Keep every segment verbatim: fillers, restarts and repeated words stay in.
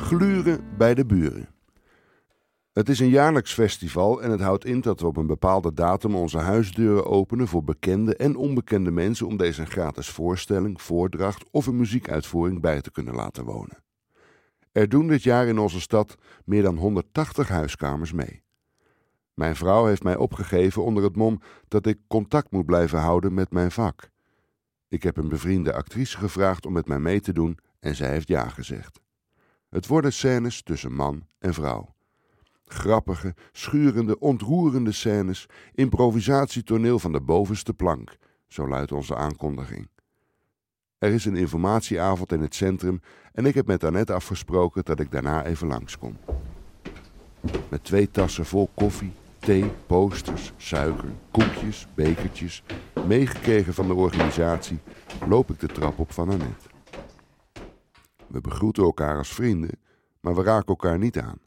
Gluren bij de buren. Het is een jaarlijks festival en het houdt in dat we op een bepaalde datum onze huisdeuren openen voor bekende en onbekende mensen om deze een gratis voorstelling, voordracht of een muziekuitvoering bij te kunnen laten wonen. Er doen dit jaar in onze stad meer dan honderdtachtig huiskamers mee. Mijn vrouw heeft mij opgegeven onder het mom dat ik contact moet blijven houden met mijn vak. Ik heb een bevriende actrice gevraagd om met mij mee te doen en zij heeft ja gezegd. Het worden scènes tussen man en vrouw. Grappige, schurende, ontroerende scènes, improvisatietoneel van de bovenste plank, zo luidt onze aankondiging. Er is een informatieavond in het centrum en ik heb met Annette afgesproken dat ik daarna even langskom. Met twee tassen vol koffie, thee, posters, suiker, koekjes, bekertjes, meegekregen van de organisatie, loop ik de trap op van Annette. We begroeten elkaar als vrienden, maar we raken elkaar niet aan.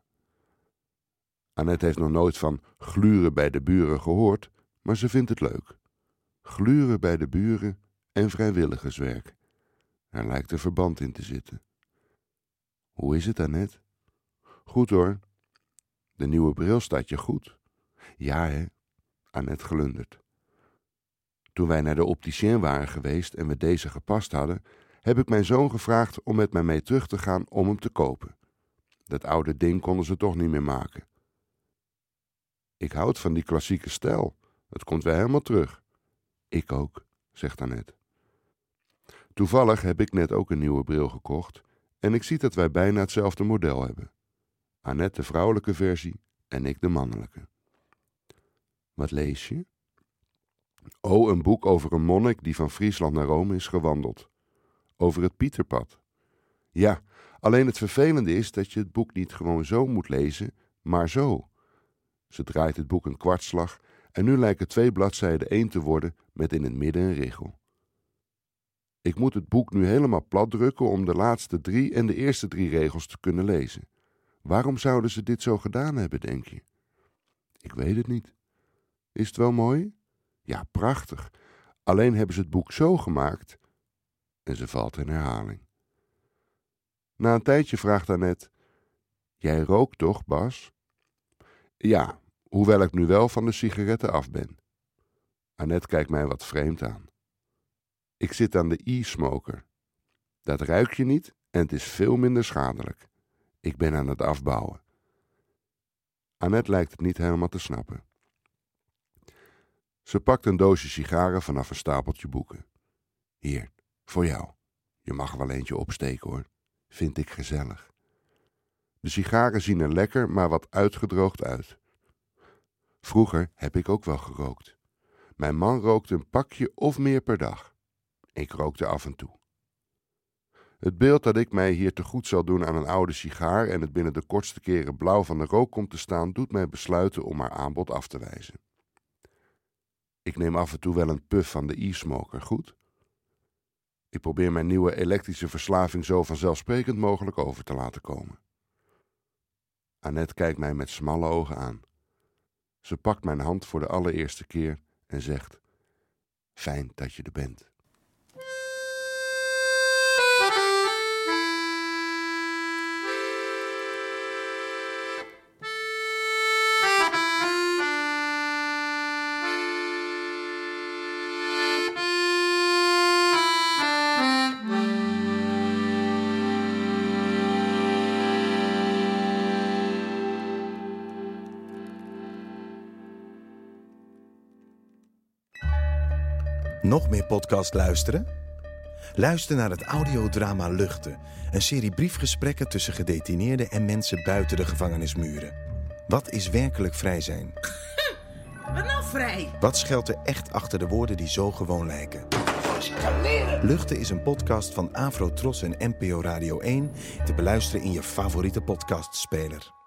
Annette heeft nog nooit van gluren bij de buren gehoord, maar ze vindt het leuk. Gluren bij de buren en vrijwilligerswerk. Er lijkt een verband in te zitten. Hoe is het, Annette? Goed hoor. De nieuwe bril staat je goed. Ja, hè? Annette glundert. Toen wij naar de opticien waren geweest en we deze gepast hadden, heb ik mijn zoon gevraagd om met mij mee terug te gaan om hem te kopen. Dat oude ding konden ze toch niet meer maken. Ik houd van die klassieke stijl. Het komt weer helemaal terug. Ik ook, zegt Annette. Toevallig heb ik net ook een nieuwe bril gekocht en ik zie dat wij bijna hetzelfde model hebben. Annette de vrouwelijke versie en ik de mannelijke. Wat lees je? Oh, een boek over een monnik die van Friesland naar Rome is gewandeld. Over het Pieterpad. Ja, alleen het vervelende is dat je het boek niet gewoon zo moet lezen, maar zo. Ze draait het boek een kwartslag en nu lijken twee bladzijden één te worden met in het midden een richel. Ik moet het boek nu helemaal plat drukken om de laatste drie en de eerste drie regels te kunnen lezen. Waarom zouden ze dit zo gedaan hebben, denk je? Ik weet het niet. Is het wel mooi? Ja, prachtig. Alleen hebben ze het boek zo gemaakt en ze valt in herhaling. Na een tijdje vraagt Annette: jij rookt toch, Bas? Ja, hoewel ik nu wel van de sigaretten af ben. Annette kijkt mij wat vreemd aan. Ik zit aan de e-smoker. Dat ruik je niet en het is veel minder schadelijk. Ik ben aan het afbouwen. Annette lijkt het niet helemaal te snappen. Ze pakt een doosje sigaren vanaf een stapeltje boeken. Hier, voor jou. Je mag er wel eentje opsteken hoor. Vind ik gezellig. De sigaren zien er lekker, maar wat uitgedroogd uit. Vroeger heb ik ook wel gerookt. Mijn man rookte een pakje of meer per dag. Ik rookte af en toe. Het beeld dat ik mij hier te goed zal doen aan een oude sigaar en het binnen de kortste keren blauw van de rook komt te staan, doet mij besluiten om haar aanbod af te wijzen. Ik neem af en toe wel een puff van de e-smoker, goed? Ik probeer mijn nieuwe elektrische verslaving zo vanzelfsprekend mogelijk over te laten komen. Annette kijkt mij met smalle ogen aan. Ze pakt mijn hand voor de allereerste keer en zegt: fijn dat je er bent. Nog meer podcast luisteren? Luister naar het audiodrama Luchten. Een serie briefgesprekken tussen gedetineerden en mensen buiten de gevangenismuren. Wat is werkelijk vrij zijn? Wat nou vrij? Wat schuilt er echt achter de woorden die zo gewoon lijken? Luchten is een podcast van Afro Tros en N P O Radio één. Te beluisteren in je favoriete podcastspeler.